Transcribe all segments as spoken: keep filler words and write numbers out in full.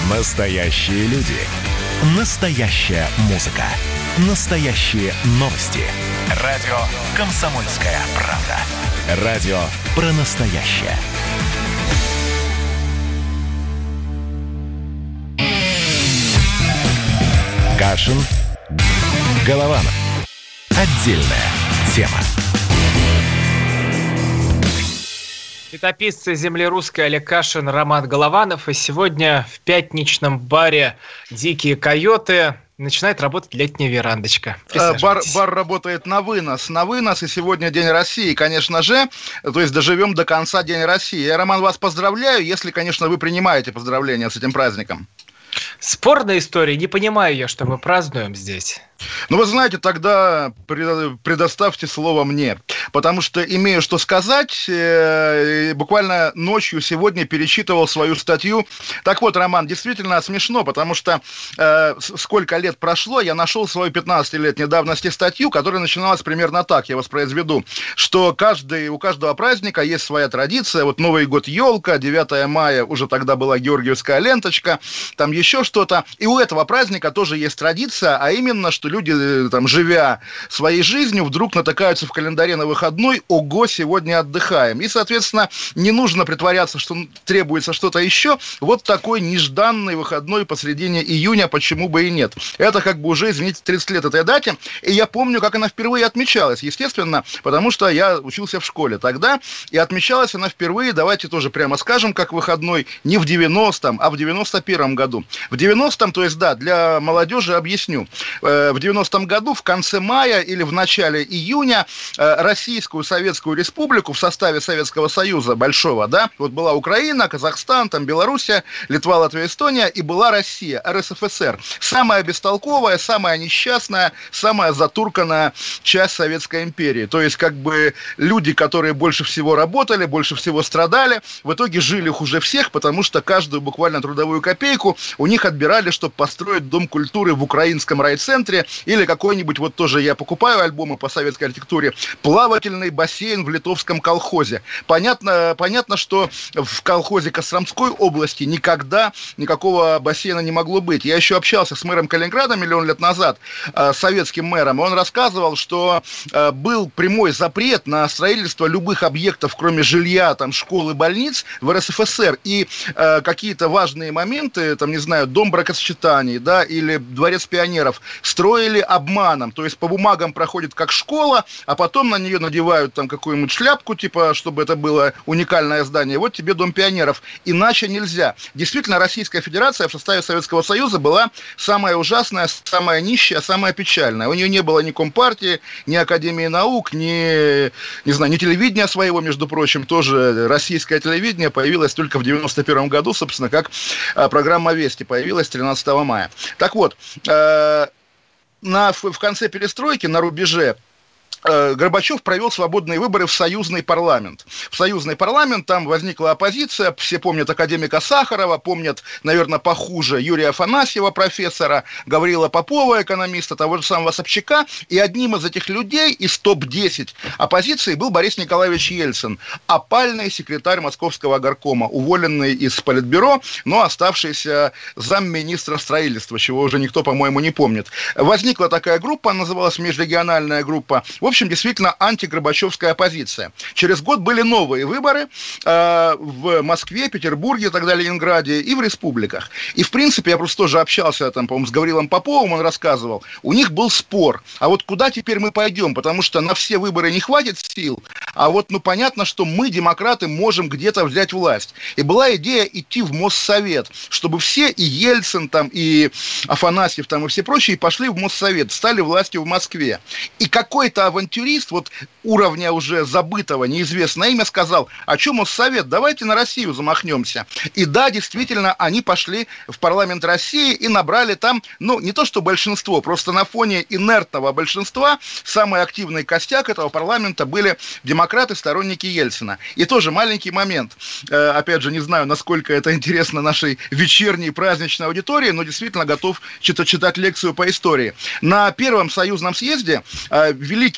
Настоящие люди. Настоящая музыка. Настоящие новости. Радио «Комсомольская правда». Радио про настоящее. Кашин, Голованов. Отдельная тема. Летописцы земли русской Олег Кашин, Роман Голованов. И сегодня в пятничном баре «Дикие койоты» начинает работать летняя верандочка. Бар, бар работает на вынос, на вынос, и сегодня День России, конечно же, то есть доживем до конца День России. Я, Роман, вас поздравляю, если, конечно, вы принимаете поздравления с этим праздником. Спорная история, не понимаю я, что мы празднуем здесь. Ну, вы знаете, тогда предоставьте слово мне, потому что имею что сказать, э, буквально ночью сегодня перечитывал свою статью. Так вот, Роман, действительно смешно, потому что э, сколько лет прошло, я нашел свою пятнадцатилетней давности статью, которая начиналась примерно так, я воспроизведу, что каждый, у каждого праздника есть своя традиция, вот Новый год елка, девятое мая уже тогда была георгиевская ленточка, там еще что-то, и у этого праздника тоже есть традиция, а именно, что люди, там, живя своей жизнью, вдруг натыкаются в календаре на выходной, ого, сегодня отдыхаем. И, соответственно, не нужно притворяться, что требуется что-то еще. Вот такой нежданный выходной посредине июня, почему бы и нет. Это как бы уже, извините, тридцать лет этой дате. И я помню, как она впервые отмечалась, естественно, потому что я учился в школе тогда, и отмечалась она впервые, давайте тоже прямо скажем, как выходной, не в девяностом, а в девяносто первом году. В девяностом, то есть, да, для молодежи объясню. В девяностом году, в конце мая или в начале июня, Российскую Советскую Республику в составе Советского Союза большого, да, вот была Украина, Казахстан, там Белоруссия, Литва, Латвия, Эстония, и была Россия, эр эс эф эс эр. Самая бестолковая, самая несчастная, самая затурканная часть Советской империи. То есть, как бы, люди, которые больше всего работали, больше всего страдали, в итоге жили хуже всех, потому что каждую буквально трудовую копейку у них отбирали, чтобы построить дом культуры в украинском райцентре, или какой-нибудь, вот тоже я покупаю альбомы по советской архитектуре, плавательный бассейн в литовском колхозе. Понятно, понятно, что в колхозе Костромской области никогда никакого бассейна не могло быть. Я еще общался с мэром Калининграда миллион лет назад, э, советским мэром, и он рассказывал, что э, был прямой запрет на строительство любых объектов, кроме жилья, там, школ и больниц в эр эс эф эс эр, и э, какие-то важные моменты, там, не знаю, дом бракосочетаний, да, или дворец пионеров, строили обманом, то есть по бумагам проходит как школа, а потом на нее надевают там какую-нибудь шляпку, типа, чтобы это было уникальное здание, вот тебе дом пионеров, иначе нельзя. Действительно, Российская Федерация в составе Советского Союза была самая ужасная, самая нищая, самая печальная. У нее не было ни Компартии, ни Академии наук, ни, не знаю, ни телевидения своего, между прочим, тоже российское телевидение появилось только в девяносто первом году, собственно, как программа «Вести» появилась тринадцатого мая. Так вот, э- На, в конце перестройки, на рубеже, Горбачев провел свободные выборы в союзный парламент. В союзный парламент там возникла оппозиция, все помнят академика Сахарова, помнят, наверное, похуже Юрия Афанасьева, профессора, Гаврила Попова, экономиста, того же самого Собчака, и одним из этих людей из топ десять оппозиции был Борис Николаевич Ельцин, опальный секретарь Московского горкома, уволенный из Политбюро, но оставшийся замминистра строительства, чего уже никто, по-моему, не помнит. Возникла такая группа, называлась межрегиональная группа. В общем, действительно антигорбачевская оппозиция. Через год были новые выборы э, в Москве, Петербурге, тогда Ленинграде и в республиках. И, в принципе, я просто тоже общался, там, по-моему, с Гаврилом Поповым, он рассказывал, у них был спор. А вот куда теперь мы пойдем? Потому что на все выборы не хватит сил, а вот, ну, понятно, что мы, демократы, можем где-то взять власть. И была идея идти в Моссовет, чтобы все, и Ельцин, там, и Афанасьев, там, и все прочие, пошли в Моссовет, стали властью в Москве. И какой-то авантюрист, вот уровня уже забытого, неизвестное имя, сказал, а что Моссовет, давайте на Россию замахнемся. И да, действительно, они пошли в парламент России и набрали там, ну, не то что большинство, просто на фоне инертного большинства самый активный костяк этого парламента были демократы, сторонники Ельцина. И тоже маленький момент, э, опять же, не знаю, насколько это интересно нашей вечерней праздничной аудитории, но действительно готов читать, читать лекцию по истории. На первом союзном съезде э, великий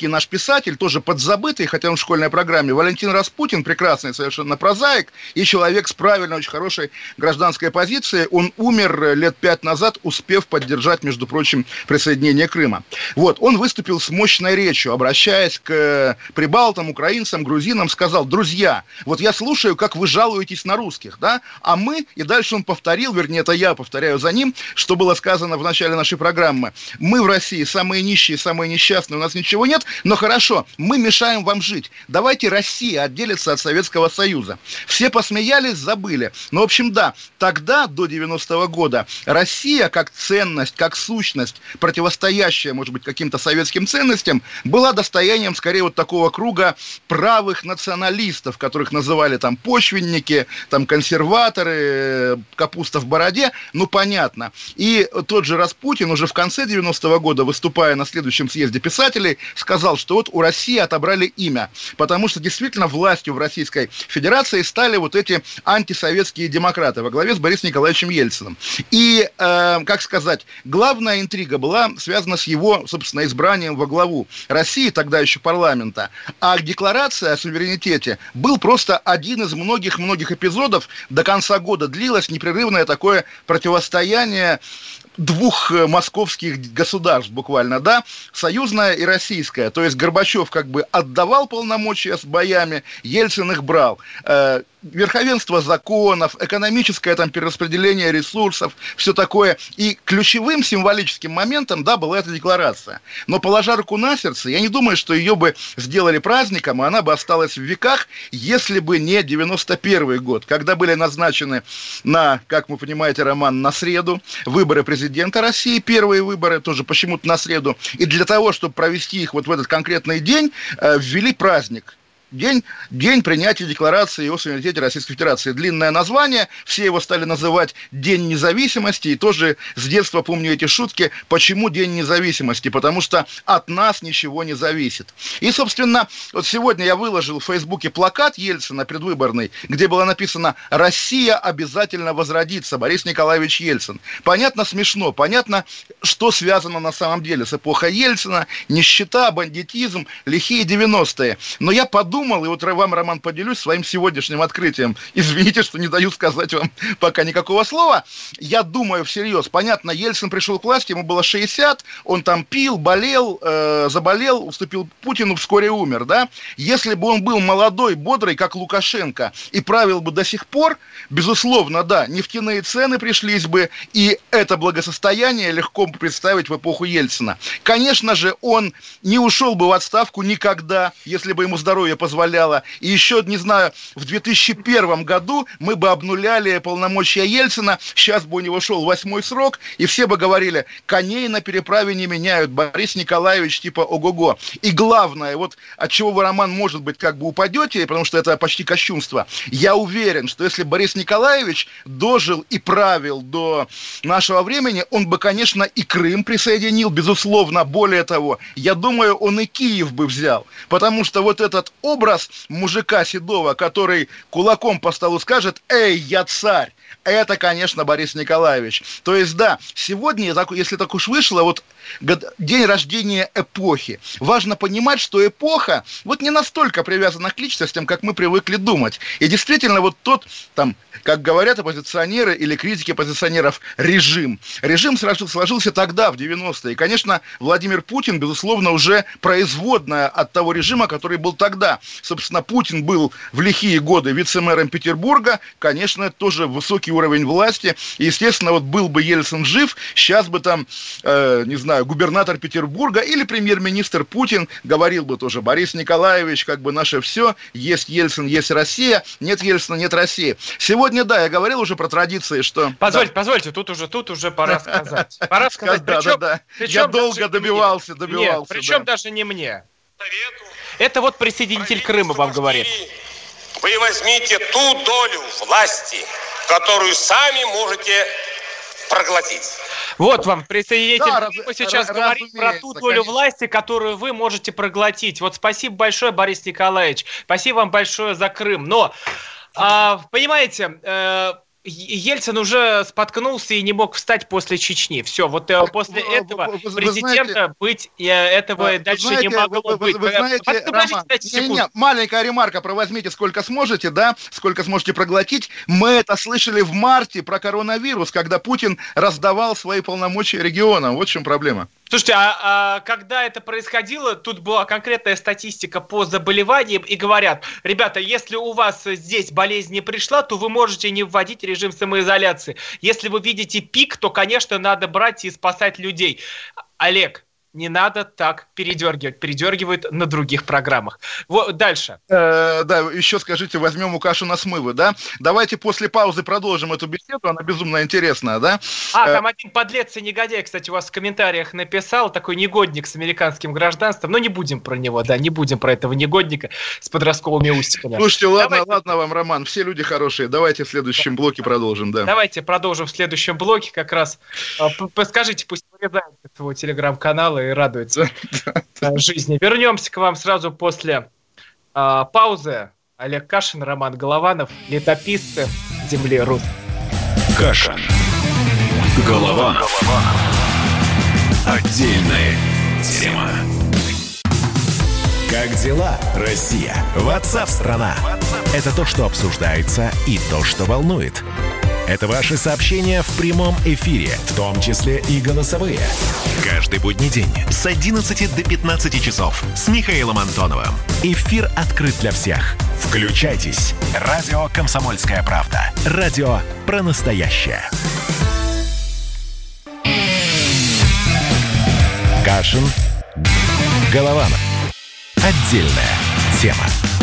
наш писатель, тоже подзабытый, хотя он в школьной программе, Валентин Распутин, прекрасный совершенно прозаик и человек с правильной, очень хорошей гражданской позицией. Он умер лет пять назад, успев поддержать, между прочим, присоединение Крыма. Вот, он выступил с мощной речью, обращаясь к прибалтам, украинцам, грузинам, сказал: друзья, вот я слушаю, как вы жалуетесь на русских, да, а мы, и дальше он повторил, вернее, это я повторяю за ним, что было сказано в начале нашей программы: мы в России самые нищие, самые несчастные, у нас ничего нет, но хорошо, мы мешаем вам жить, давайте Россия отделится от Советского Союза. Все посмеялись, забыли. Ну, в общем, да, тогда, до девяностого года, Россия как ценность, как сущность, противостоящая, может быть, каким-то советским ценностям, была достоянием, скорее, вот такого круга правых националистов, которых называли там почвенники, там консерваторы, капуста в бороде, ну, понятно. И тот же Распутин уже в конце девяностого года, выступая на следующем съезде писателей, сказал, что вот у России отобрали имя, потому что действительно властью в Российской Федерации стали вот эти антисоветские демократы во главе с Борисом Николаевичем Ельциным. И, э, как сказать, главная интрига была связана с его, собственно, избранием во главу России, тогда еще парламента. А декларация о суверенитете был просто один из многих-многих эпизодов. До конца года длилось непрерывное такое противостояние двух московских государств буквально, да, союзная и российская. То есть Горбачев как бы отдавал полномочия с боями, Ельцин их брал. Э, верховенство законов, экономическое там перераспределение ресурсов, все такое. И ключевым символическим моментом, да, была эта декларация. Но, положа руку на сердце, я не думаю, что ее бы сделали праздником, и она бы осталась в веках, если бы не девяносто первый год, когда были назначены на, как вы понимаете, Роман, на среду выборы президента России, первые выборы, тоже почему-то на среду. И для того, чтобы провести их вот в этот конкретный день, э, ввели праздник. День, день принятия декларации о суверенитете Российской Федерации. Длинное название, все его стали называть День независимости, и тоже с детства помню эти шутки. Почему День независимости? Потому что от нас ничего не зависит. И, собственно, вот сегодня я выложил в Фейсбуке плакат Ельцина предвыборный, где было написано: «Россия обязательно возродится, Борис Николаевич Ельцин». Понятно, смешно, понятно, что связано на самом деле с эпохой Ельцина: нищета, бандитизм, лихие девяностые. Но я подумал, Думал, и вот вам, Роман, поделюсь своим сегодняшним открытием. Извините, что не даю сказать вам пока никакого слова. Я думаю всерьез. Понятно, Ельцин пришел к власти, ему было шестьдесят, он там пил, болел, э, заболел, уступил Путину, вскоре умер, да? Если бы он был молодой, бодрый, как Лукашенко, и правил бы до сих пор, безусловно, да, нефтяные цены пришлись бы, и это благосостояние легко бы представить в эпоху Ельцина. Конечно же, он не ушел бы в отставку никогда, если бы ему здоровье позволяло. позволяла. И еще, не знаю, в две тысячи первом году мы бы обнуляли полномочия Ельцина, сейчас бы у него шел восьмой срок, и все бы говорили: коней на переправе не меняют, Борис Николаевич типа ого-го. И главное, вот от чего вы, Роман, может быть, как бы упадете, потому что это почти кощунство, я уверен, что если Борис Николаевич дожил и правил до нашего времени, он бы, конечно, и Крым присоединил, безусловно. Более того, я думаю, он и Киев бы взял, потому что вот этот образ мужика седого, который кулаком по столу скажет: «Эй, я царь», это, конечно, Борис Николаевич. То есть, да, сегодня, если так уж вышло, вот день рождения эпохи. Важно понимать, что эпоха вот не настолько привязана к личностям, как мы привыкли думать. И действительно, вот тот, там, как говорят оппозиционеры или критики оппозиционеров, режим. Режим сложился тогда, в девяностые. И, конечно, Владимир Путин, безусловно, уже производная от того режима, который был тогда. Собственно, Путин был в лихие годы вице-мэром Петербурга. Конечно, это тоже высокий уровень власти. И, естественно, вот был бы Ельцин жив, сейчас бы там, э, не знаю, губернатор Петербурга или премьер-министр Путин говорил бы тоже: Борис Николаевич, как бы наше все, есть Ельцин, есть Россия, нет Ельцина, нет России. Сегодня, да, я говорил уже про традиции, что... Позвольте, да. позвольте, тут уже, тут уже пора сказать. Пора сказать, да, причем, да, да. причем я долго добивался, мне. добивался. Нет, причем да. даже не мне. Это вот присоединитель Крыма вам говорит. Вы возьмите ту долю власти, которую сами можете проглотить. Вот вам присоединитель да, Крыма раз, сейчас раз, говорит про ту долю конечно. власти, которую вы можете проглотить. Вот спасибо большое, Борис Николаевич. Спасибо вам большое за Крым. Но, а, понимаете... Э, Ельцин уже споткнулся и не мог встать после Чечни. Все, вот так, после вы, этого вы, вы, президента знаете, быть этого вы, дальше знаете, не могло вы, быть. Вы, вы знаете, Роман, не, не, маленькая ремарка, провозьмите сколько сможете, да, сколько сможете проглотить. Мы это слышали в марте про коронавирус, когда Путин раздавал свои полномочия регионам. Вот в чем проблема. Слушайте, а, а когда это происходило, тут была конкретная статистика по заболеваниям, и говорят, ребята, если у вас здесь болезнь не пришла, то вы можете не вводить режим самоизоляции. Если вы видите пик, то, конечно, надо брать и спасать людей. Олег, не надо так передергивать. Передергивают на других программах. Вот, дальше. Э, да, еще скажите, возьмем у Кашина смывы, да? Давайте после паузы продолжим эту беседу, она безумно интересная, да? А, там э... один подлец и негодяй, кстати, у вас в комментариях написал, такой негодник с американским гражданством, но не будем про него, да, не будем про этого негодника с подростковыми устиками. Слушайте, ладно, давайте... ладно вам, Роман, все люди хорошие, давайте в следующем блоке продолжим, да. Давайте продолжим в следующем блоке, как раз, скажите, пусть вырезают свой телеграм-канал и радуется жизни. Вернемся к вам сразу после а, паузы. Олег Кашин, Роман Голованов, летописцы земли Русь. Кашин, Голованов. Отдельная тема. Как дела, Россия? Ватсап-страна! Это то, что обсуждается, и то, что волнует. Это ваши сообщения в прямом эфире, в том числе и голосовые. Каждый будний день с одиннадцати до пятнадцати часов с Михаилом Антоновым. Эфир открыт для всех. Включайтесь. Радио «Комсомольская правда». Радио про настоящее. Кашин, Голованов. Отдельная тема.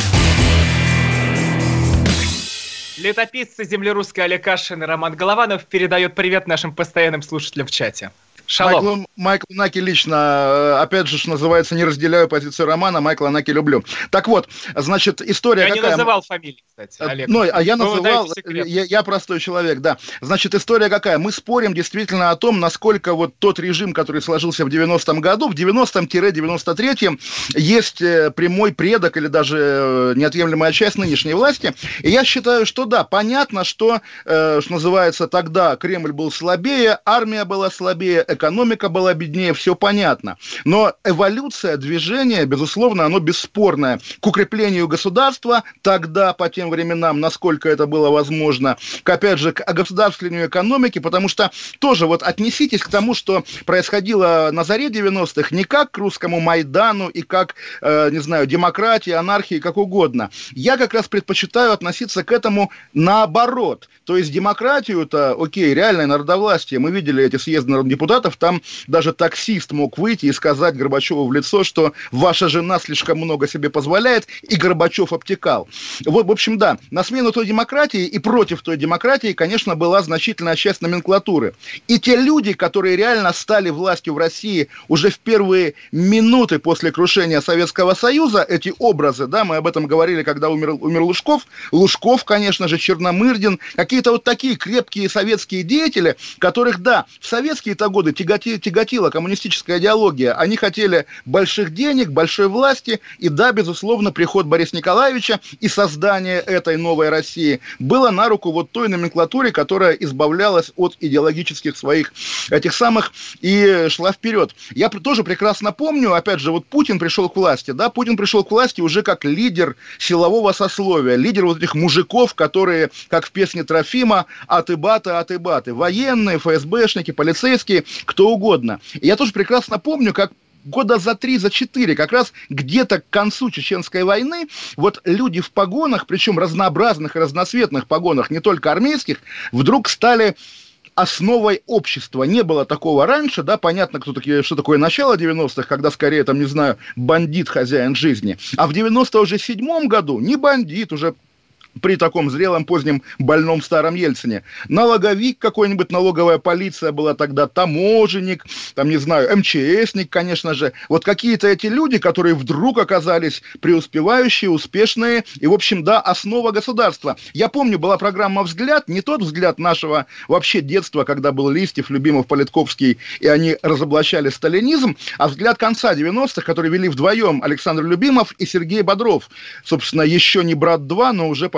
Летописцы земли русской Олег Кашин и Роман Голованов передает привет нашим постоянным слушателям в чате. Шалом. Майкл, Майкл Наки лично, опять же, что называется, не разделяю позицию Романа, Майкла Наки люблю. Так вот, значит, история я какая... Я не называл фамилии, кстати, Олег. Ну, а я называл, я, я простой человек, да. Значит, история какая? Мы спорим действительно о том, насколько вот тот режим, который сложился в девяностом году, в девяностом-девяносто третьем есть прямой предок или даже неотъемлемая часть нынешней власти. И я считаю, что да, понятно, что, э, что называется, тогда Кремль был слабее, армия была слабее, экономика была беднее, все понятно. Но эволюция движения, безусловно, оно бесспорное. К укреплению государства тогда, по тем временам, насколько это было возможно, к, опять же, к огосударствлению экономики, потому что тоже вот отнеситесь к тому, что происходило на заре девяностых, не как к русскому Майдану и как, э, не знаю, демократии, анархии, как угодно. Я как раз предпочитаю относиться к этому наоборот. То есть демократию-то, окей, реальное народовластие, мы видели эти съезды народных депутатов, там даже таксист мог выйти и сказать Горбачеву в лицо, что ваша жена слишком много себе позволяет, и Горбачев обтекал. Вот, в общем, да, на смену той демократии и против той демократии, конечно, была значительная часть номенклатуры. И те люди, которые реально стали властью в России уже в первые минуты после крушения Советского Союза, эти образы, да, мы об этом говорили, когда умер, умер Лужков, Лужков, конечно же, Черномырдин, какие-то вот такие крепкие советские деятели, которых, да, в советские-то годы тяготи, тяготила коммунистическая идеология. Они хотели больших денег, большой власти, и да, безусловно, приход Бориса Николаевича и создание этой новой России было на руку вот той номенклатуре, которая избавлялась от идеологических своих этих самых и шла вперед. Я тоже прекрасно помню, опять же, вот Путин пришел к власти, да, Путин пришел к власти уже как лидер силового сословия, лидер вот этих мужиков, которые, как в песне Трофима, аты-баты, аты-баты, военные, эф эс бэшники, полицейские, кто угодно. И я тоже прекрасно помню, как года за три, за четыре, как раз где-то к концу Чеченской войны, вот люди в погонах, причем разнообразных и разноцветных погонах, не только армейских, вдруг стали основой общества. Не было такого раньше, да, понятно, кто такие, что такое начало девяностых, когда скорее, там, не знаю, бандит хозяин жизни. А в девяносто седьмом году не бандит, уже при таком зрелом, позднем, больном старом Ельцине. Налоговик какой-нибудь, налоговая полиция была тогда, таможенник, там, не знаю, эм че эсник, конечно же. Вот какие-то эти люди, которые вдруг оказались преуспевающие, успешные, и, в общем, да, основа государства. Я помню, была программа «Взгляд», не тот взгляд нашего вообще детства, когда был Листьев, Любимов, Политковский, и они разоблачали сталинизм, а взгляд конца девяностых, который вели вдвоем Александр Любимов и Сергей Бодров. Собственно, еще не «Брат два», но уже, по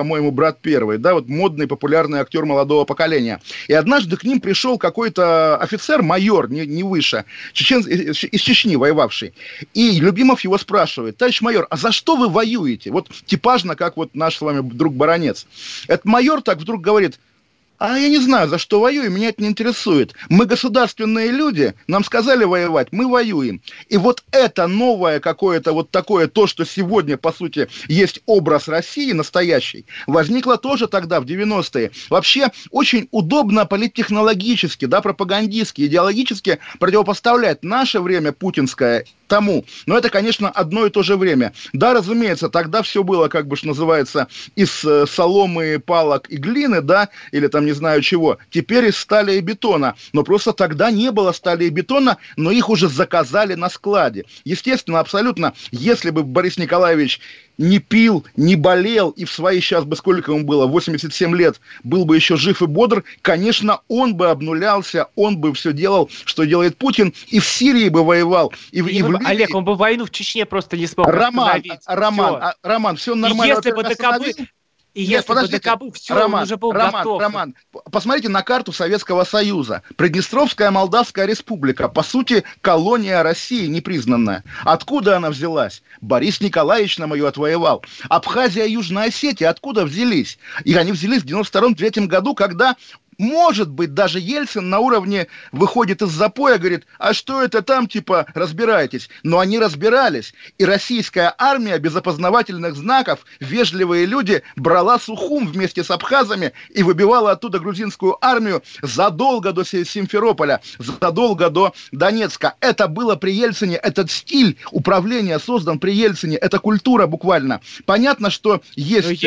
по-моему, брат первый, да, вот модный, популярный актер молодого поколения. И однажды к ним пришел какой-то офицер, майор, не, не выше, чечен, из, из Чечни воевавший. И Любимов его спрашивает: товарищ майор, а за что вы воюете? Вот типажно, как вот наш с вами друг Баранец. Этот майор так вдруг говорит: а я не знаю, за что воюю, меня это не интересует. Мы государственные люди, нам сказали воевать, мы воюем. И вот это новое какое-то вот такое, то, что сегодня, по сути, есть образ России настоящий, возникло тоже тогда, в девяностые. Вообще, очень удобно политтехнологически, да, пропагандистски, идеологически противопоставлять наше время путинское тому. Но это, конечно, одно и то же время. Да, разумеется, тогда все было, как бы, что называется, из э, соломы, палок и глины, да, или там не знаю чего. Теперь из стали и бетона. Но просто тогда не было стали и бетона, но их уже заказали на складе. Естественно, абсолютно, если бы Борис Николаевич не пил, не болел, и в свои, сейчас бы сколько ему было, восемьдесят семь лет, был бы еще жив и бодр, конечно, он бы обнулялся, он бы все делал, что делает Путин, и в Сирии бы воевал, и, и, и в Ливии. Олег, он бы войну в Чечне просто не смог Роман, остановить. Роман, а, Роман, все нормально. И если бы ДКБ... И Нет, если подождите, бы ДКБ, все, Роман, он уже был Роман, готов. Роман, посмотрите на карту Советского Союза. Приднестровская Молдавская Республика, по сути, колония России непризнанная. Откуда она взялась? Борис Николаевич нам ее отвоевал. Абхазия и Южная Осетия откуда взялись? И они взялись в девяносто втором — девяносто третьем году, когда... Может быть, даже Ельцин на уровне выходит из запоя, говорит: а что это там, типа, разбирайтесь. Но они разбирались. И российская армия без опознавательных знаков, вежливые люди, брала Сухум вместе с абхазами и выбивала оттуда грузинскую армию задолго до Симферополя, задолго до Донецка. Это было при Ельцине, этот стиль управления создан при Ельцине, это культура буквально. Понятно, что есть...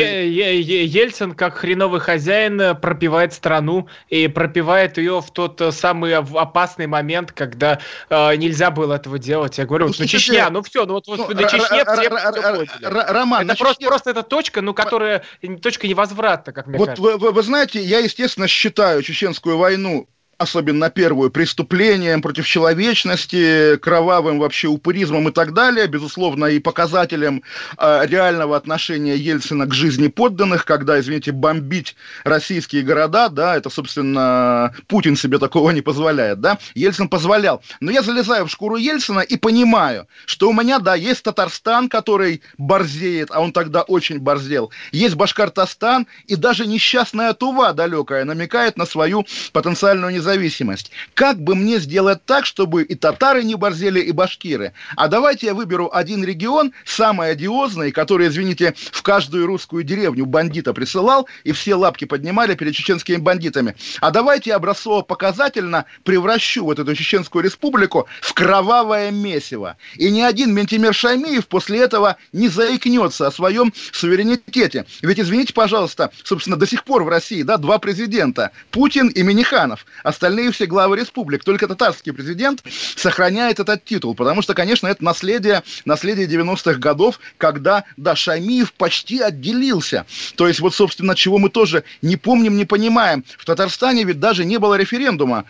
Ельцин, как хреновый хозяин, пропивает страну и пропивает ее в тот самый опасный момент, когда э, нельзя было этого делать. Я говорю, ну, ну Чечня, ну все, ну вот ну, на Чечне все поняли. Роман, это просто, просто эта точка, ну которая точка невозврата, как мне вот кажется. Вы, вы знаете, я, естественно, считаю Чеченскую войну, особенно первую, преступлением против человечности, кровавым вообще упыризмом и так далее, безусловно, и показателем э, реального отношения Ельцина к жизни подданных, когда, извините, бомбить российские города, да, это, собственно, Путин себе такого не позволяет, да, Ельцин позволял. Но я залезаю в шкуру Ельцина и понимаю, что у меня, да, есть Татарстан, который борзеет, а он тогда очень борзел, есть Башкортостан, и даже несчастная Тува далекая намекает на свою потенциальную независимость. Зависимость. Как бы мне сделать так, чтобы и татары не борзели, и башкиры? А давайте я выберу один регион, самый одиозный, который, извините, в каждую русскую деревню бандита присылал, и все лапки поднимали перед чеченскими бандитами. А давайте я образцово-показательно превращу вот эту Чеченскую республику в кровавое месиво. И ни один Ментимер Шаймиев после этого не заикнется о своем суверенитете. Ведь, извините, пожалуйста, собственно, до сих пор в России, да, два президента, Путин и Минниханов. Остальные все главы республик. Только татарский президент сохраняет этот титул. Потому что, конечно, это наследие, наследие девяностых годов, когда, да, Шаймиев почти отделился. То есть, вот, собственно, чего мы тоже не помним, не понимаем. В Татарстане ведь даже не было референдума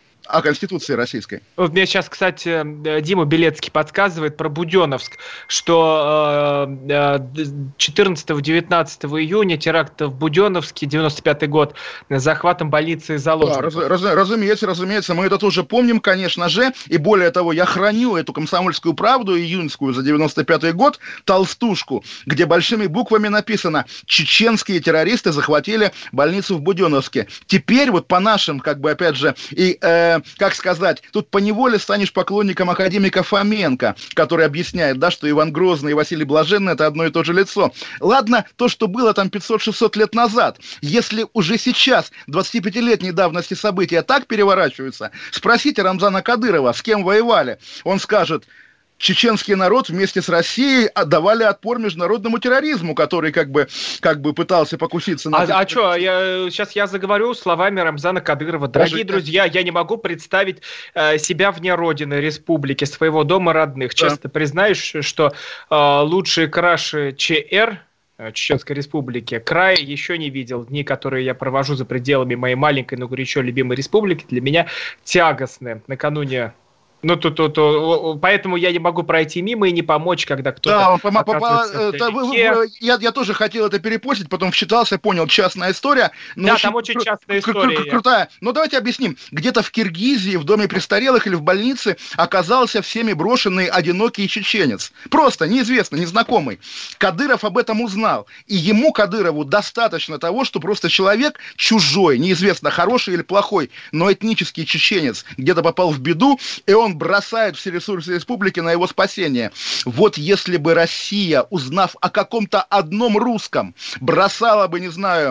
о Конституции российской. Вот мне сейчас, кстати, Дима Белецкий подсказывает про Буденновск, что четырнадцатого-девятнадцатого июня теракт в Буденновске, девяносто пятый год, с захватом больницы и заложников. Да, раз, раз, разумеется, разумеется, мы это тоже помним, конечно же, и более того, я храню эту комсомольскую правду июньскую за девяносто пятый год, толстушку, где большими буквами написано: чеченские террористы захватили больницу в Буденновске. Теперь вот по нашим, как бы, опять же, и э, как сказать, тут поневоле станешь поклонником академика Фоменко, который объясняет, да, что Иван Грозный и Василий Блаженный — это одно и то же лицо. Ладно, то, что было там пятьсот-шестьсот лет назад, если уже сейчас, двадцатипятилетней давности события так переворачиваются, спросите Рамзана Кадырова, с кем воевали. Он скажет: чеченский народ вместе с Россией давали отпор международному терроризму, который как бы, как бы пытался покуситься на... А, а что, я, сейчас я заговорю словами Рамзана Кадырова. Дорогие Даже... друзья, я не могу представить э, себя вне родины, республики, своего дома родных. Честно да. признаюсь, что э, лучшие краши ЧР, Чеченской Республики, края еще не видел. Дни, которые я провожу за пределами моей маленькой, но горячо любимой республики, для меня тягостны. Накануне Ну, то, то, то, поэтому я не могу пройти мимо и не помочь, когда кто-то... Да, по, по, да вы, вы, я, я тоже хотел это перепостить, потом вчитался, понял, частная история. Да, очень там очень кру- частная история. Кру- кру- крутая. Но давайте объясним. Где-то в Киргизии, в доме престарелых или в больнице оказался всеми брошенный одинокий чеченец. Просто неизвестно, незнакомый. Кадыров об этом узнал. И ему, Кадырову, достаточно того, что просто человек чужой, неизвестно, хороший или плохой, но этнический чеченец где-то попал в беду, и он бросает все ресурсы республики на его спасение. Вот если бы Россия, узнав о каком-то одном русском, бросала бы, не знаю,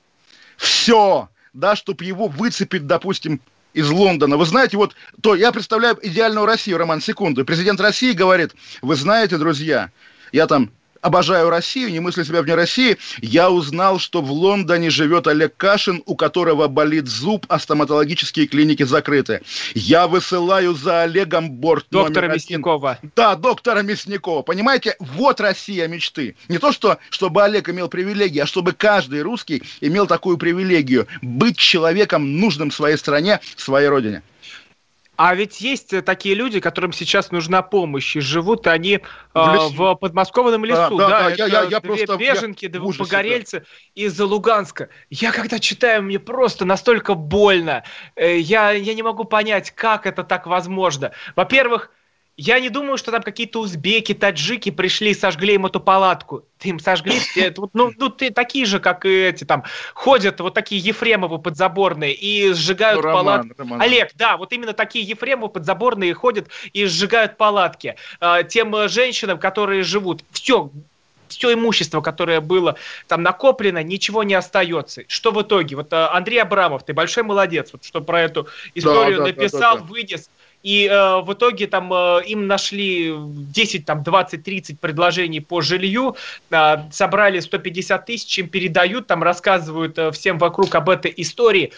все, да, чтобы его выцепить, допустим, из Лондона. Вы знаете, вот то я представляю идеальную Россию, Роман, секунду. Президент России говорит: вы знаете, друзья, я там обожаю Россию, не мыслю себя вне России. Я узнал, что в Лондоне живет Олег Кашин, у которого болит зуб, а стоматологические клиники закрыты. Я высылаю за Олегом борт доктора Мясникова. Да, доктора Мясникова. Понимаете, вот Россия мечты. Не то, что, чтобы Олег имел привилегии, а чтобы каждый русский имел такую привилегию. Быть человеком, нужным своей стране, своей родине. А ведь есть такие люди, которым сейчас нужна помощь, и живут они в, э, в подмосковном лесу. Да, да, да, это я, я, я две просто, беженки, я две погорельцы да. из Луганска. Я когда читаю, мне просто настолько больно. Я, я не могу понять, как это так возможно. Во-первых, я не думаю, что там какие-то узбеки, таджики пришли и сожгли им эту палатку. Ты им сожгли, ну, ну ты такие же, как и эти там, ходят вот такие Ефремовы подзаборные и сжигают ну, палатки. Роман, Роман. Олег, да, вот именно такие Ефремовы подзаборные ходят и сжигают палатки. Тем женщинам, которые живут, все, все имущество, которое было там накоплено, ничего не остается. Что в итоге? Вот Андрей Абрамов, ты большой молодец, вот, что про эту историю да, да, написал, да, да, да. вынес. И э, в итоге там э, им нашли десять, там, двадцать, тридцать предложений по жилью, э, собрали сто пятьдесят тысяч, им передают, там рассказывают э, всем вокруг об этой истории.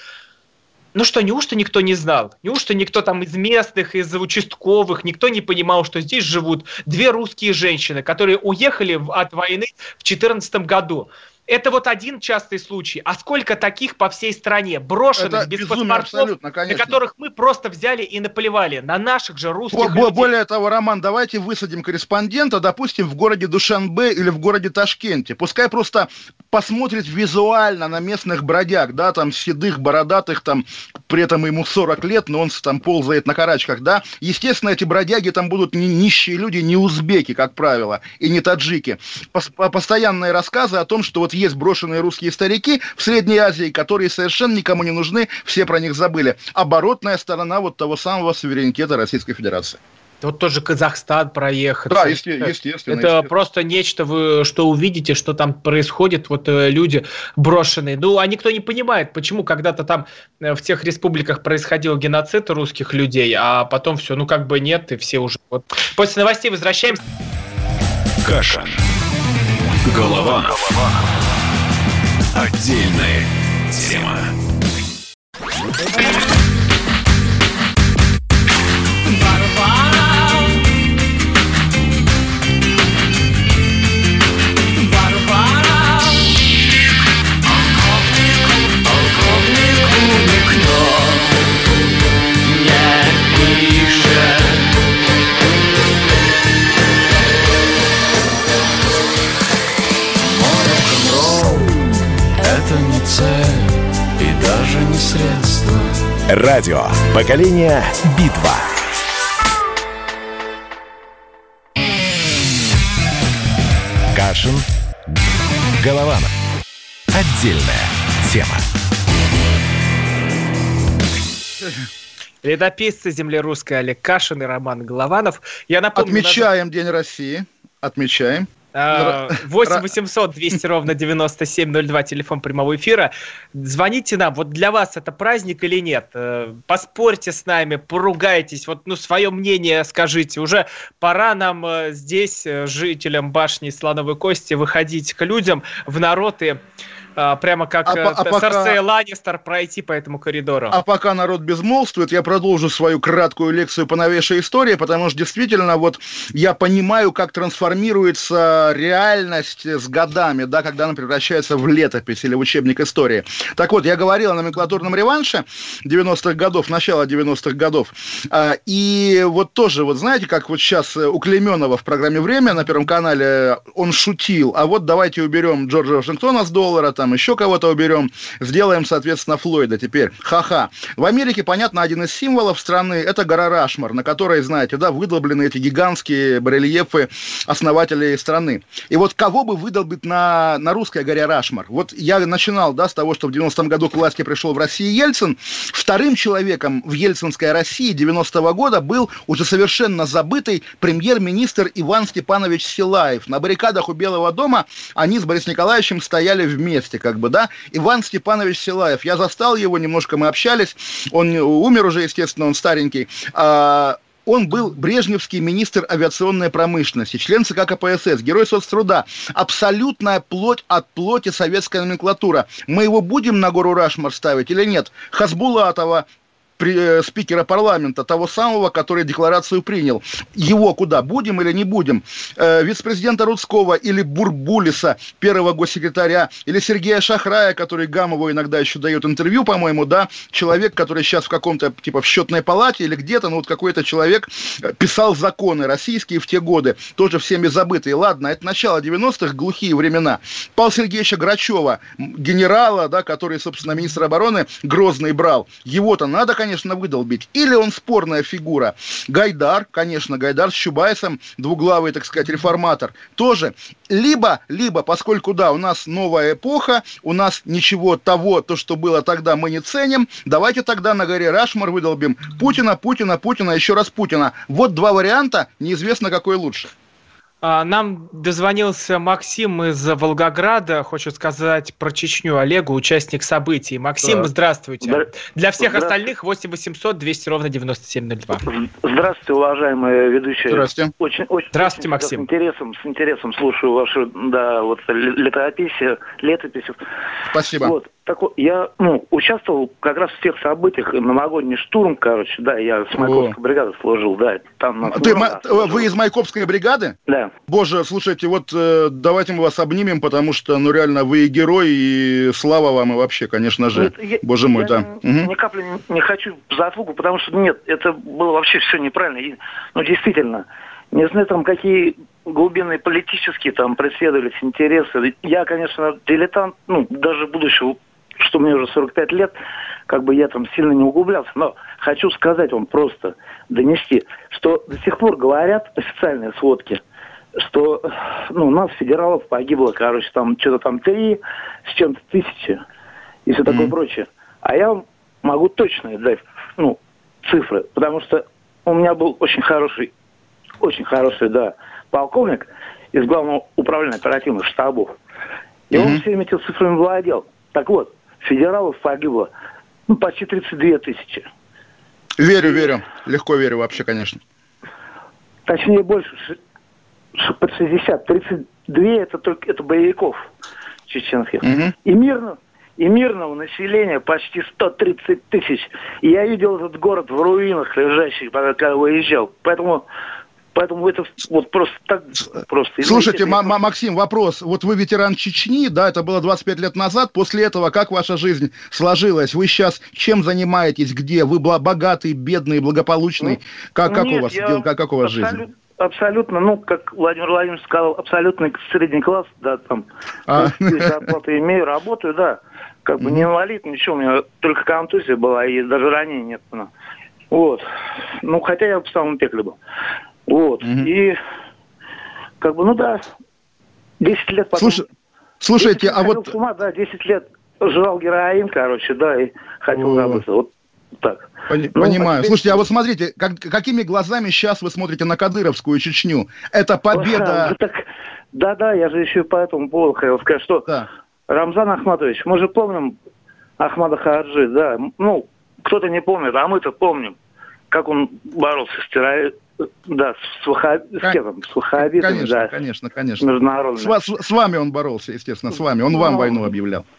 Ну что, неужто никто не знал? Неужто никто там из местных, из участковых, никто не понимал, что здесь живут две русские женщины, которые уехали от войны в две тысячи четырнадцатом году? Это вот один частый случай. А сколько таких по всей стране, брошенных, это без паспортов, на которых мы просто взяли и наплевали, на наших же русских людей. Более того, Роман, давайте высадим корреспондента, допустим, в городе Душанбе или в городе Ташкенте. Пускай просто посмотрит визуально на местных бродяг, да, там, седых, бородатых, там, при этом ему сорок лет, но он там ползает на карачках, да. Естественно, эти бродяги там будут не нищие люди, не узбеки, как правило, и не таджики. Постоянные рассказы о том, что вот есть брошенные русские старики в Средней Азии, которые совершенно никому не нужны, все про них забыли. Оборотная сторона вот того самого суверенитета Российской Федерации. Вот тоже Казахстан проехать. Да, естественно. естественно это естественно. Просто нечто, вы, что увидите, что там происходит, вот люди брошенные. Ну, а никто не понимает, почему когда-то там в тех республиках происходил геноцид русских людей, а потом все, ну как бы нет, и все уже... Вот. После новостей возвращаемся. Каша. Голованов. Отдельная тема. И даже не средство. Радио. Поколение Битва. Кашин. Голованов. Отдельная тема. Летописцы земли русской Олег Кашин и Роман Голованов. Я напомню, Отмечаем надо... День России. Отмечаем. восемь восемьсот двести ровно девяносто семь ноль два, телефон прямого эфира. Звоните нам, вот для вас это праздник или нет? Поспорьте с нами, поругайтесь, вот, ну, свое мнение скажите. Уже пора нам здесь, жителям башни Слоновой Кости, выходить к людям в народ и а, прямо как а, а пока... Серсей Ланнистер пройти по этому коридору. А пока народ безмолвствует, я продолжу свою краткую лекцию по новейшей истории, потому что действительно вот я понимаю, как трансформируется реальность с годами, да, когда она превращается в летопись или в учебник истории. Так вот, я говорил о номенклатурном реванше девяностых годов, начала девяностых годов, и вот тоже, вот знаете, как вот сейчас у Клейменова в программе «Время» на Первом канале он шутил, а вот давайте уберем Джорджа Вашингтона с доллара, там еще кого-то уберем, сделаем, соответственно, Флойда теперь. Ха-ха. В Америке, понятно, один из символов страны – это гора Рашмор, на которой, знаете, да, выдолблены эти гигантские барельефы основателей страны. И вот кого бы выдолбить на, на русской горе Рашмор? Вот я начинал, да, с того, что в девяностом году к власти пришел в России Ельцин. Вторым человеком в ельцинской России девяностого года был уже совершенно забытый премьер-министр Иван Степанович Силаев. На баррикадах у Белого дома они с Борисом Николаевичем стояли вместе, как бы, да. Иван Степанович Силаев. Я застал его, немножко мы общались. Он умер уже, естественно, он старенький. Он был брежневский министр авиационной промышленности, член ЦК КПСС, герой соцтруда. Абсолютная плоть от плоти советская номенклатура. Мы его будем на гору Рашмор ставить или нет? Хасбулатова, спикера парламента, того самого, который декларацию принял. Его куда? Будем или не будем? Э, вице-президента Рудского или Бурбулиса, первого госсекретаря, или Сергея Шахрая, который Гамову иногда еще дает интервью, по-моему, да, человек, который сейчас в каком-то, типа, в счетной палате или где-то, ну, вот какой-то человек писал законы российские в те годы, тоже всеми забытые. Ладно, это начало девяностых, глухие времена. Павла Сергеевича Грачева, генерала, да, который, собственно, министр обороны Грозный брал. Его-то надо, конечно, конечно, выдолбить. Или он спорная фигура. Гайдар, конечно, Гайдар с Чубайсом, двуглавый, так сказать, реформатор, тоже. Либо, либо, поскольку, да, у нас новая эпоха, у нас ничего того, то, что было тогда, мы не ценим, давайте тогда на горе Рашмор выдолбим Путина, Путина, Путина, еще раз Путина. Вот два варианта, неизвестно, какой лучше. Нам дозвонился Максим из Волгограда, хочет сказать про Чечню Олегу, участник событий. Максим, да. Здравствуйте. Да. Для всех остальных восемь восемьсот двести ровно девяносто семь ноль два. Здравствуйте, уважаемые ведущие. Здравствуйте. Очень, очень, Здравствуйте, очень, Максим. С интересом, с интересом слушаю ваши, да, вот летописи, летописи. Спасибо. Вот. Так вот, я, ну, участвовал как раз в тех событиях, новогодний штурм, короче, да, я с Майкопской бригады служил, да. Там Ты, ма- вы из Майкопской бригады? Да. Боже, слушайте, вот э, давайте мы вас обнимем, потому что, ну, реально, вы и герой, и слава вам, и вообще, конечно же, нет, я, боже мой, я да. Ни, угу. ни капли не, не хочу заслугу, потому что, нет, это было вообще все неправильно. И, ну, действительно, не знаю, там, какие глубинные политические там преследовались интересы. Я, конечно, дилетант, ну, даже будучи, что мне уже сорок пять лет, как бы я там сильно не углублялся, но хочу сказать вам просто, донести, что до сих пор говорят официальные сводки, что, ну, у нас федералов погибло, короче, там что-то там три с чем-то тысячи и все mm-hmm. такое прочее. А я вам могу точно дать, ну, цифры, потому что у меня был очень хороший, очень хороший, да, полковник из Главного управления оперативных штабов. И mm-hmm. он всеми этими цифрами владел. Так вот, федералов погибло, ну, почти тридцать две тысячи. Верю, верю. Легко верю вообще, конечно. Точнее, больше, под шестьдесят. тридцать два это только это боевиков чеченских. Угу. И мирно, и мирного населения почти сто тридцать тысяч. И я видел этот город в руинах лежащий, когда выезжал. Поэтому... Поэтому это вот просто так просто. Слушайте, М- М- Максим, вопрос. Вот вы ветеран Чечни, да, это было двадцать пять лет назад. После этого как ваша жизнь сложилась? Вы сейчас чем занимаетесь? Где? Вы богатый, бедный, благополучный? Ну, как, как, Нет, у вас, я как, как у вас абсолют, жизнь? Абсолютно, ну, как Владимир Владимирович сказал, абсолютно средний класс, да, там, а. зарплату имею, работаю, да, как бы не инвалид, ничего, у меня только контузия была, и даже ранения нет. Вот. Ну, хотя я в самом пекле был. Вот, mm-hmm. и как бы, ну да, десять лет потом... Слушай, слушайте, а вот... С ума, да, десять лет жрал героин, короче, да, и хотел забыться, вот так. Пон- ну, понимаю. Слушайте, а вот смотрите, как, какими глазами сейчас вы смотрите на кадыровскую Чечню? Это победа... Да-да, я же еще по этому поводу хотел сказать, что да. Рамзан Ахматович, мы же помним Ахмада Хаджи, да, ну, кто-то не помнит, а мы-то помним, как он боролся с терроризмом, да, с, вахаб... с, кем? с ваххабитами, конечно, да. Конечно, конечно, международными. С, с, с вами он боролся, естественно, с вами. Он ну, вам войну объявлял.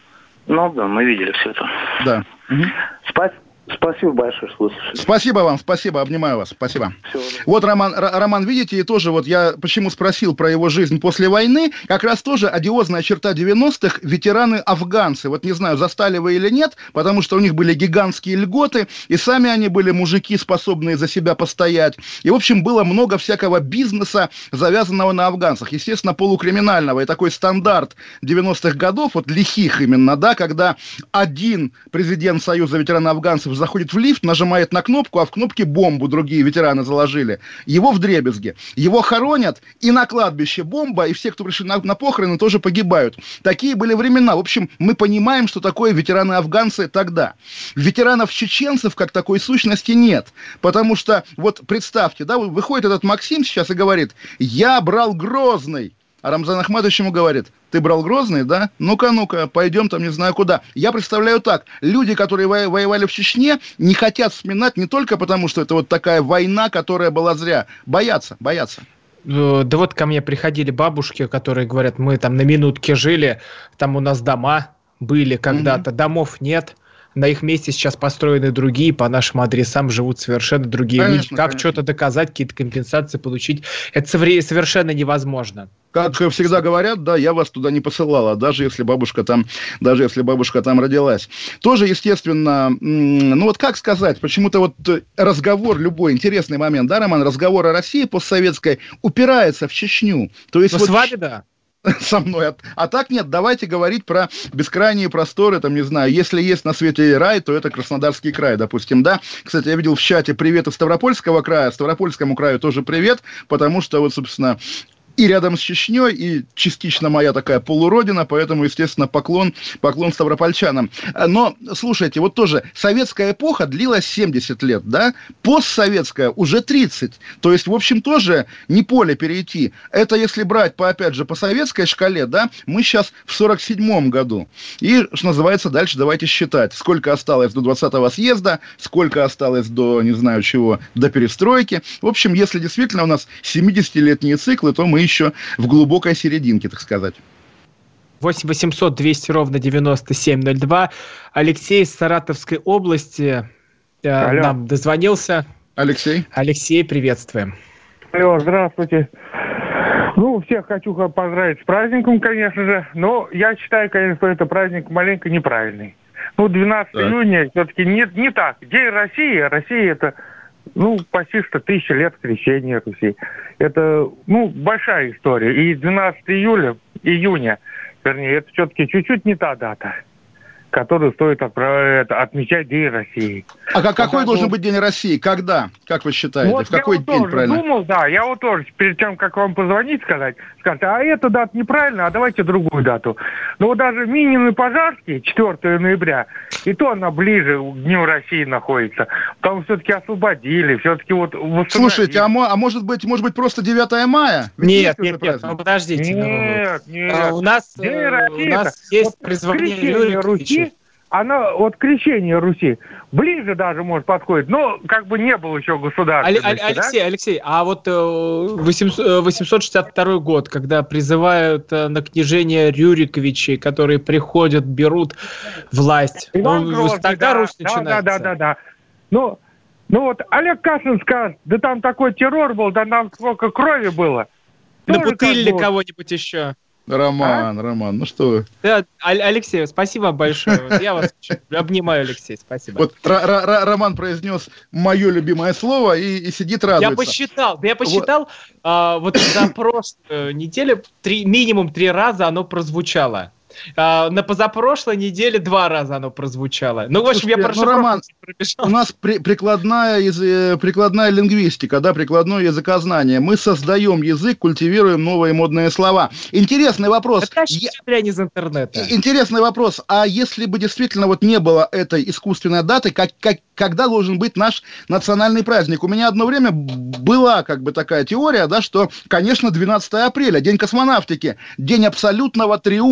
Ну да, мы видели все это. Да. Угу. Спасибо. Спасибо большое, что слушали. Спасибо вам, спасибо, обнимаю вас, спасибо. Всего. Вот, Роман, Р- Роман, видите, и тоже вот я почему спросил про его жизнь после войны, как раз тоже одиозная черта девяностых, ветераны-афганцы. Вот не знаю, застали вы или нет, потому что у них были гигантские льготы, и сами они были мужики, способные за себя постоять. И, в общем, было много всякого бизнеса, завязанного на афганцах. Естественно, полукриминального. И такой стандарт девяностых годов, вот лихих именно, да, когда один президент Союза ветеранов-афганцев заходит в лифт, нажимает на кнопку, а в кнопке бомбу другие ветераны заложили. Его вдребезги. Его хоронят, и на кладбище бомба, и все, кто пришли на, на похороны, тоже погибают. Такие были времена. В общем, мы понимаем, что такое ветераны-афганцы тогда. Ветеранов-чеченцев как такой сущности нет. Потому что, вот представьте, да, выходит этот Максим сейчас и говорит: я брал Грозный. А Рамзан Ахматович ему говорит: ты брал Грозный, да? Ну-ка, ну-ка, пойдем там не знаю куда. Я представляю так. Люди, которые во- воевали в Чечне, не хотят вспоминать не только потому, что это вот такая война, которая была зря. Боятся, боятся. Да вот ко мне приходили бабушки, которые говорят: мы там на минутке жили, там у нас дома были когда-то, mm-hmm. домов нет. На их месте сейчас построены другие, по нашим адресам живут совершенно другие конечно, люди. Как конечно. Что-то доказать, какие-то компенсации получить, это совершенно невозможно. Как всегда говорят, да, я вас туда не посылала, даже если бабушка там, даже если бабушка там родилась. Тоже, естественно, ну вот как сказать, почему-то вот разговор, любой интересный момент, да, Роман, разговор о России постсоветской упирается в Чечню. То есть ну, вот... с вами, да. Со мной. А, а так нет, давайте говорить про бескрайние просторы, там, не знаю, если есть на свете рай, то это Краснодарский край, допустим, да. Кстати, я видел в чате привет из Ставропольского края, Ставропольскому краю тоже привет, потому что вот, собственно, и рядом с Чечней, и частично моя такая полуродина, поэтому, естественно, поклон, поклон ставропольчанам. Но, слушайте, вот тоже советская эпоха длилась семьдесят лет, да? Постсоветская уже тридцать. То есть, в общем, тоже не поле перейти. Это если брать, по, опять же, по советской шкале, да, мы сейчас в сорок седьмом году. И, что называется, дальше давайте считать, сколько осталось до двадцатого съезда, сколько осталось до, не знаю чего, до перестройки. В общем, если действительно у нас семидесятилетние циклы, то мы еще в глубокой серединке, так сказать. восемь восемьсот двести ровно девяносто семь ноль два. Алексей из Саратовской области э, нам дозвонился. Алексей. Алексей, приветствуем. Алло, здравствуйте. Ну, всех хочу поздравить с праздником, конечно же, но я считаю, конечно, что это праздник маленько неправильный. Ну, двенадцатого июня все-таки не, не так. День России, Россия это... Ну, почти что тысяча лет крещения Руси. Это, ну, большая история. И двенадцатого июля, июня, вернее, это все-таки чуть-чуть не та дата, которую стоит отправ... отмечать День России. А как, какой должен быть День России? Когда? Как вы считаете? Вот в какой я день вот правильно? думал, да, я вот тоже, перед тем, как вам позвонить, сказать, сказать, а эта дата неправильно, а давайте другую дату. Но вот даже Минин и Пожарский, четвёртого ноября, и то она ближе к Дню России находится. Там все-таки освободили, все-таки вот... Слушайте, а, а может быть, может быть просто девятого мая? Нет, нет, нет, ну, подождите. Нет, ну, нет. А, у нас, День России, у нас есть вот призвание Руси. Она, вот крещение Руси, ближе даже, может, подходит, но как бы не было еще государственности. Аль- Аль- Алексей, да? Алексей, а вот восемьсот шестьдесят второй год, когда призывают на княжение Рюриковичей, которые приходят, берут власть, Иван ну, Грозный, тогда да, Русь да, начинается. Да, да, да, да. Ну, ну вот Олег Кашин скажет, да там такой террор был, да там сколько крови было. Напутылили как бы... кого-нибудь еще. Роман, а? Роман, ну что вы. Да, Алексей, спасибо большое. Я вас обнимаю, Алексей, спасибо. Вот Роман произнес мое любимое слово и, и сидит радуется. Я посчитал, я посчитал, вот, а, вот за прошлую неделю три, минимум три раза оно прозвучало. А, на позапрошлой неделе два раза оно прозвучало. Ну, в общем, Слушайте, я прошу, ну, Роман, у нас при, прикладная, из, прикладная лингвистика, да, прикладное языкознание. Мы создаем язык, культивируем новые модные слова. Интересный вопрос. Это я... из интернета. Интересный вопрос. А если бы действительно вот не было этой искусственной даты, как, как, когда должен быть наш национальный праздник? У меня одно время была как бы такая теория, да, что, конечно, двенадцатого апреля, день космонавтики, день абсолютного триумфа русской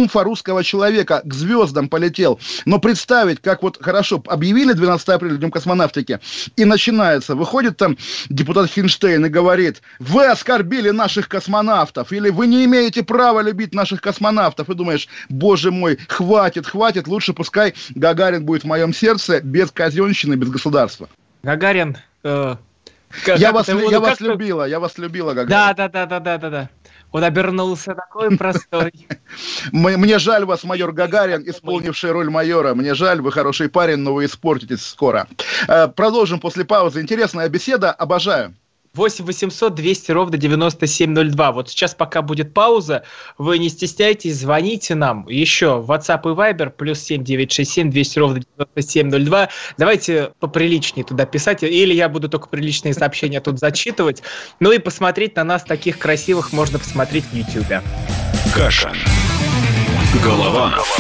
советского человека к звездам полетел. Но представить, как вот хорошо объявили двенадцатого апреля Днем космонавтики, и начинается, выходит там депутат Хинштейн и говорит: вы оскорбили наших космонавтов, или вы не имеете права любить наших космонавтов. И думаешь, боже мой, хватит, хватит, лучше пускай Гагарин будет в моем сердце без казенщины, без государства. Гагарин... Э, как, я вас, это, я вас как... любила, я вас любила, Гагарин. Да, да, да, да, да, да, да. Он обернулся такой простой. Мне жаль вас, майор Гагарин, исполнивший роль майора. Мне жаль, вы хороший парень, но вы испортитесь скоро. Продолжим после паузы. Интересная беседа, обожаю. восемь восемьсот двести ровно девяносто семь ноль два. Вот сейчас, пока будет пауза, вы не стесняйтесь, звоните нам еще в WhatsApp и Viber плюс семь девятьсот шестьдесят семь двести ровно девяносто семь ноль два. Давайте поприличнее туда писать, или я буду только приличные сообщения тут зачитывать. Ну и посмотреть на нас таких красивых можно посмотреть в YouTube. Кашин. Голованов.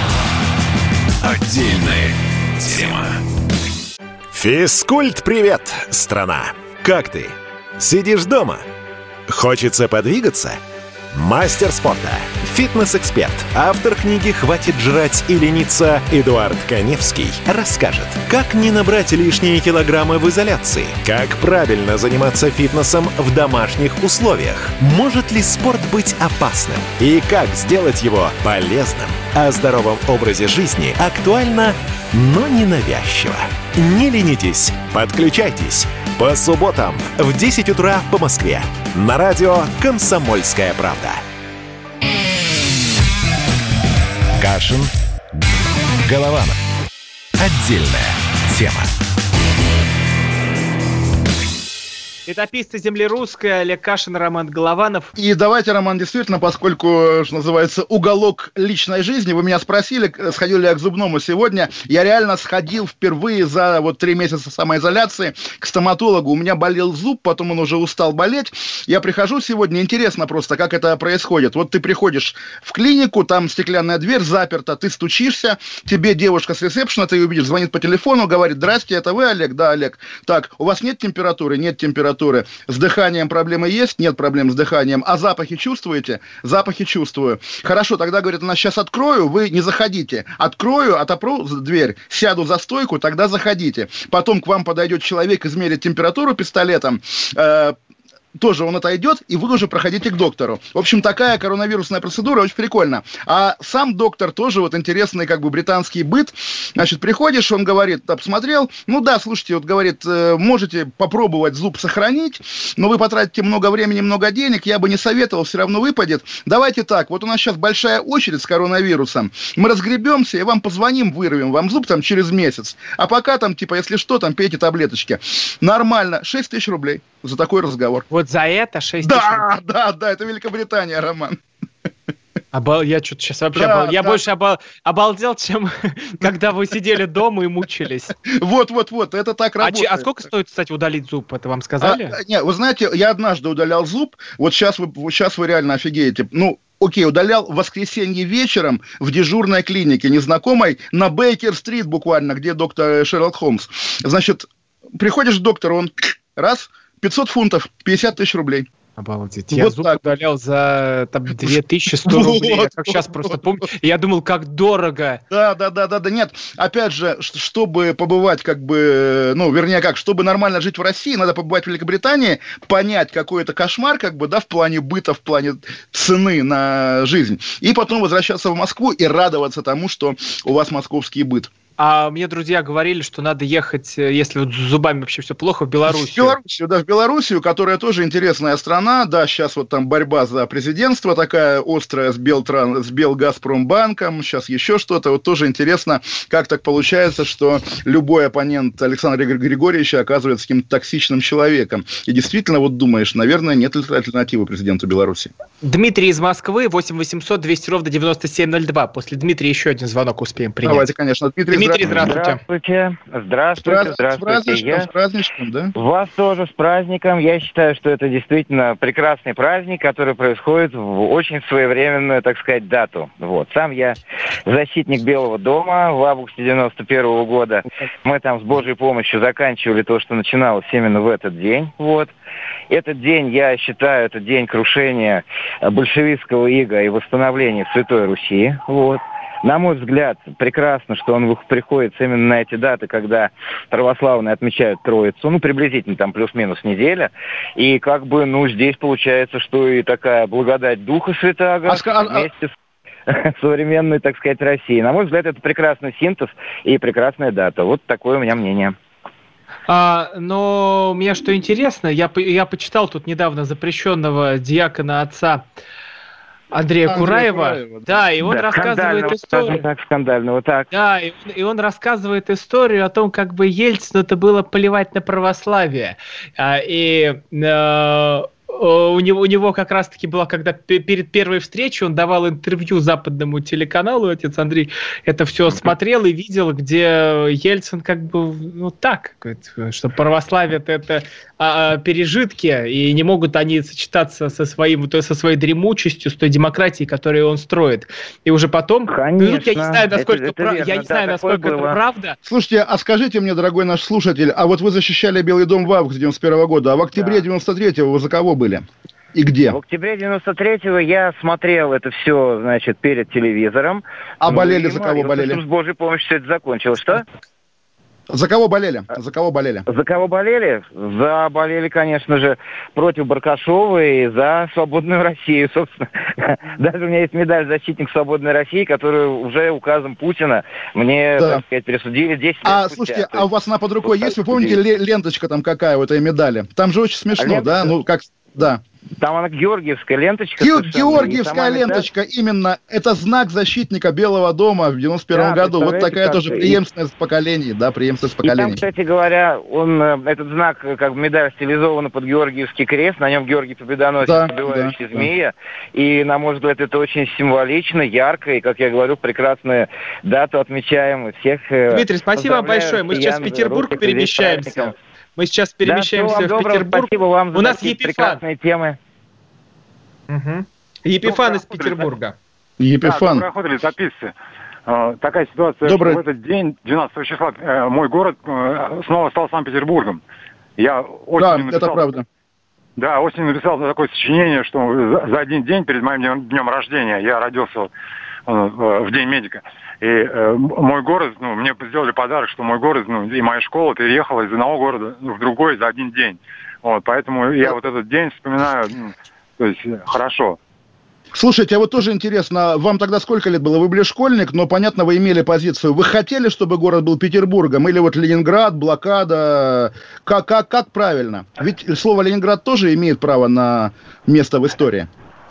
Отдельная тема. Физкульт-привет, страна! Как ты? Сидишь дома? Хочется подвигаться? Мастер спорта, фитнес-эксперт, автор книги «Хватит жрать и лениться» Эдуард Каневский расскажет, как не набрать лишние килограммы в изоляции, как правильно заниматься фитнесом в домашних условиях, может ли спорт быть опасным и как сделать его полезным. О здоровом образе жизни актуально, но не навязчиво. Не ленитесь, подключайтесь. По субботам в десять утра по Москве. На радио «Комсомольская правда». Кашин. Голованов. Отдельная тема. Летописцы земли русской, Олег Кашин, Роман Голованов. И давайте, Роман, действительно, поскольку, что называется, уголок личной жизни, вы меня спросили, сходил ли я к зубному сегодня. Я реально сходил впервые за вот три месяца самоизоляции к стоматологу. У меня болел зуб, потом он уже устал болеть. Я прихожу сегодня, интересно просто, как это происходит. Вот ты приходишь в клинику, там стеклянная дверь заперта, ты стучишься, тебе девушка с ресепшена, ты ее видишь, звонит по телефону, говорит: здрасте, это вы, Олег? Да, Олег. Так, у вас нет температуры? Нет температуры. С дыханием проблемы есть? Нет проблем с дыханием. А запахи чувствуете? Запахи чувствую. Хорошо, тогда, говорит, она сейчас открою, вы не заходите. Открою, отопру дверь, сяду за стойку, тогда заходите. Потом к вам подойдет человек, измерит температуру пистолетом, э- тоже он отойдет, и вы уже проходите к доктору. В общем, такая коронавирусная процедура очень прикольно. А сам доктор тоже вот интересный, как бы, британский быт. Значит, приходишь, он говорит, да, посмотрел, ну да, слушайте, вот говорит, можете попробовать зуб сохранить, но вы потратите много времени, много денег, я бы не советовал, все равно выпадет. Давайте так, вот у нас сейчас большая очередь с коронавирусом, мы разгребемся и вам позвоним, вырвем вам зуб там через месяц. А пока там, типа, если что, там пейте таблеточки. Нормально, шесть тысяч рублей за такой разговор. Вот за это шесть тысяч да, рублей? Да, да, это Великобритания, Роман. Обал... Я что-то сейчас вообще... Да, обал... Я да. больше обал... обалдел, чем когда вы сидели дома и мучились. Вот-вот-вот, это так работает. А, а сколько стоит, кстати, удалить зуб? Это вам сказали? А, не, вы знаете, я однажды удалял зуб, вот сейчас вы, сейчас вы реально офигеете. Ну, окей, удалял в воскресенье вечером в дежурной клинике незнакомой на Бейкер-стрит буквально, где доктор Шерлок Холмс. Значит, приходишь к доктору, он раз... пятьсот фунтов, пятьдесят тысяч рублей. Обалдеть. Я вот зуб так удалял за там, две тысячи сто рублей. Вот, я как вот, сейчас вот, просто вот, помню. Я думал, как дорого. Да, да, да, да, да. Нет, опять же, чтобы побывать, как бы, ну, вернее, как, чтобы нормально жить в России, надо побывать в Великобритании, понять, какой это кошмар, как бы, да, в плане быта, в плане цены на жизнь. И потом возвращаться в Москву и радоваться тому, что у вас московский быт. А мне друзья говорили, что надо ехать, если вот с зубами вообще все плохо, в Белоруссию. В Белоруссию, да, в Белоруссию, которая тоже интересная страна. Да, сейчас вот там борьба за президентство такая острая с, Белтран, с Белгазпромбанком, сейчас еще что-то. Вот тоже интересно, как так получается, что любой оппонент Александра Григорьевича оказывается каким-то токсичным человеком. И действительно, вот думаешь, наверное, нет альтернативы президенту Беларуси. Дмитрий из Москвы, восемь восемьсот двести ровно девяносто семь ноль два. После Дмитрия еще один звонок успеем принять. Давайте, конечно. Дмитрий, Дмитрий здравствуйте. Здравствуйте. Здравствуйте. Здравствуйте. С праздничком, Я... с праздничком, да? Вас тоже с праздником. Я считаю, что это действительно прекрасный праздник, который происходит в очень своевременную, так сказать, дату. Вот. Сам я защитник Белого дома. В августе девяносто первого года мы там с Божьей помощью заканчивали то, что начиналось именно в этот день. Вот. Этот день, я считаю, это день крушения большевистского ига и восстановления Святой Руси. Вот. На мой взгляд, прекрасно, что он приходится именно на эти даты, когда православные отмечают Троицу, ну, приблизительно там плюс-минус неделя. И как бы, ну, здесь получается, что и такая благодать Духа Святаго а, вместе а... с современной, так сказать, Россией. На мой взгляд, это прекрасный синтез и прекрасная дата. Вот такое у меня мнение. А, но мне что интересно, я, я почитал тут недавно запрещенного диакона отца Андрея Андрей Кураева, Кураева, да, и он да, рассказывает историю. Так, скандального, так. Да, и, и он рассказывает историю о том, как бы Ельцину это было плевать на православие. А, и а, у него, у него как раз-таки была, когда перед первой встречей он давал интервью западному телеканалу, отец Андрей это все mm-hmm. смотрел и видел, где Ельцин как бы, ну так, что православие это а, пережитки, и не могут они сочетаться со, своим, со своей дремучестью, с той демократией, которую он строит. И уже потом, Конечно, ну, я не знаю, насколько, это, это прав... я не да, знаю, насколько это было. правда. Слушайте, а скажите мне, дорогой наш слушатель, а вот вы защищали Белый дом в августе девяносто первого года, а в октябре да. девяносто третьего вы за кого были? И где? В октябре девяносто третьего я смотрел это все, значит, перед телевизором. А ну, болели за кого болели? С Божьей помощью все это закончилось. Что? За кого болели? За кого болели? За кого болели? За болели, конечно же, против Баркашова и за свободную Россию, собственно. Даже у меня есть медаль «Защитник свободной России», которую уже указом Путина мне, да. так сказать, присудили десять лет А, спустя. слушайте, а у вас она под рукой есть? Вы помните ленточка там какая у этой медали? Там же очень смешно, а да? Ну, как... Да. Там она георгиевская ленточка. Ге- Георгиевская ленточка, да? Именно. Это знак защитника Белого дома в девяносто первом да, году. Вот такая тоже преемственность поколений, да, преемственность поколений. И там, кстати говоря, он, этот знак, как медаль, стилизована под Георгиевский крест, на нем Георгий Победоносец, да, побивающий да, змея. Да. И, на мой взгляд, это очень символично, ярко, и, как я говорю, прекрасную дату отмечаем всех. Дмитрий, спасибо вам большое. Мы сейчас в Петербург перемещаемся. Мы сейчас перемещаемся да, в Петербург. Спасибо вам за У нас Епифан. Темы. Угу. Епифан из Петербурга. Епифан. Да, доброе утро, летописцы. Э, такая ситуация, Добрый... что в этот день, двенадцатого числа, э, мой город э, снова стал Санкт-Петербургом. Я да, написал, это правда. Да, осенью написал такое сочинение, что за, за один день перед моим днем, днем рождения, я родился э, в День медика, и э, мой город, ну, мне сделали подарок, что мой город, ну, и моя школа переехала из одного города в другой за один день. Вот, поэтому я вот этот день вспоминаю, ну, то есть хорошо. Слушайте, а вот тоже интересно, вам тогда сколько лет было? Вы были школьник, но, понятно, вы имели позицию. Вы хотели, чтобы город был Петербургом? Или вот Ленинград, блокада? Как, как, как правильно? Ведь слово Ленинград тоже имеет право на место в истории.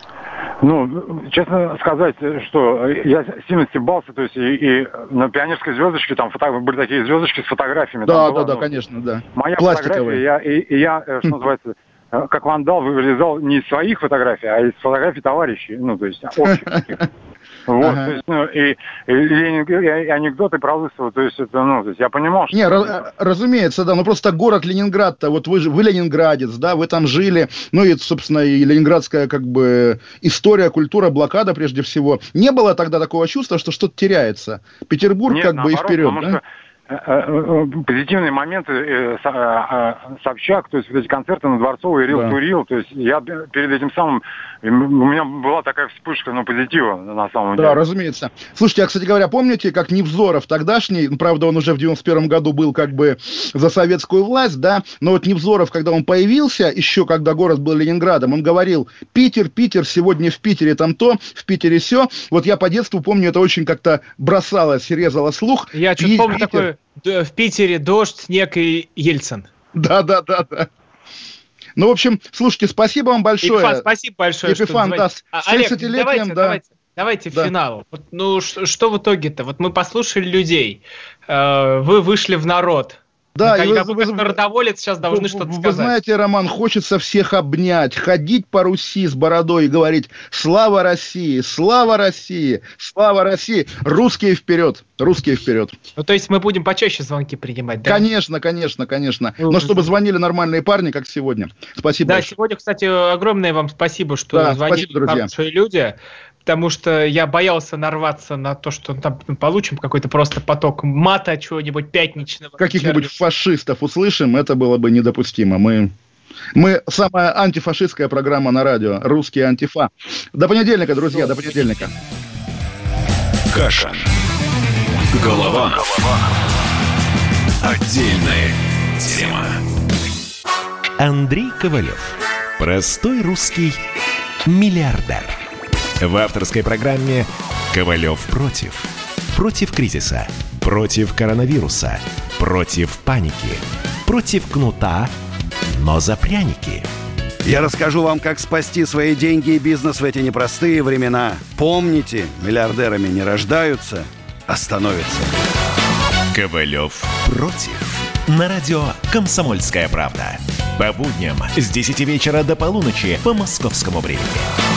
Ну, честно сказать, что я сильно стебался, то есть и, и на пионерской звездочке там фото... были такие звездочки с фотографиями. Да, там да, была, да, ну, конечно, да. Моя фотография, я, и, и я, что называется, как вандал вылезал не из своих фотографий, а из фотографий товарищей, ну, то есть общих таких. Вот, ага. То есть, ну, и, и, и, и анекдоты про Лысого, то есть, это, ну, то есть, я понимал, что... Не, ra- разумеется, да, но просто город Ленинград-то, вот вы, вы ленинградец, да, вы там жили, ну, и, собственно, и ленинградская, как бы, история, культура, блокада, прежде всего. Не было тогда такого чувства, что что-то теряется? Петербург, Нет, как наоборот, бы, и вперед, да? Позитивные моменты, Собчак, то есть вот эти концерты на Дворцовой, Рил да. Турил, то есть я перед этим самым, у меня была такая вспышка, ну, позитива на самом деле. Да, разумеется. Слушайте, а, кстати говоря, помните, как Невзоров тогдашний, правда, он уже в девяносто первом году был как бы за советскую власть, да, но вот Невзоров, когда он появился, еще когда город был Ленинградом, он говорил: Питер, Питер, сегодня в Питере там то, в Питере сё. Вот я по детству помню, это очень как-то бросалось, резало слух. Я что-то помню Питер... такое... В Питере дождь, снег и Ельцин. Да, да, да, да. Ну, в общем, слушайте, спасибо вам большое. Епифан, спасибо большое. Епифан, да, с тридцатилетием, давайте, да. давайте, давайте да. финал. Вот, ну, что, что в итоге-то? Вот мы послушали людей, э, вы вышли в народ. Да, ну, и как вы, вы, вы, народоволец, сейчас должны вы, что-то вы, сказать. Вы знаете, Роман, хочется всех обнять, ходить по Руси с бородой и говорить: слава России, слава России, слава России, русские вперед, русские вперед. Ну, то есть мы будем почаще звонки принимать, да? Конечно, конечно, конечно. Но чтобы звонили нормальные парни, как сегодня. Спасибо Да, большое. Сегодня, кстати, огромное вам спасибо, что да, звонили спасибо, хорошие люди. Потому что я боялся нарваться на то, что там получим какой-то просто поток мата, чего-нибудь пятничного. Каких-нибудь фашистов услышим, это было бы недопустимо. Мы Мы самая антифашистская программа на радио. Русские антифа. До понедельника, друзья, до понедельника. Кашин. Голованов. Отдельная тема. Андрей Ковалев. Простой русский миллиардер. В авторской программе «Ковалев против». Против кризиса, против коронавируса, против паники, против кнута, но за пряники. Я расскажу вам, как спасти свои деньги и бизнес в эти непростые времена. Помните, миллиардерами не рождаются, а становятся. Ковалев против. На радио «Комсомольская правда». По будням с десяти вечера до полуночи по московскому времени.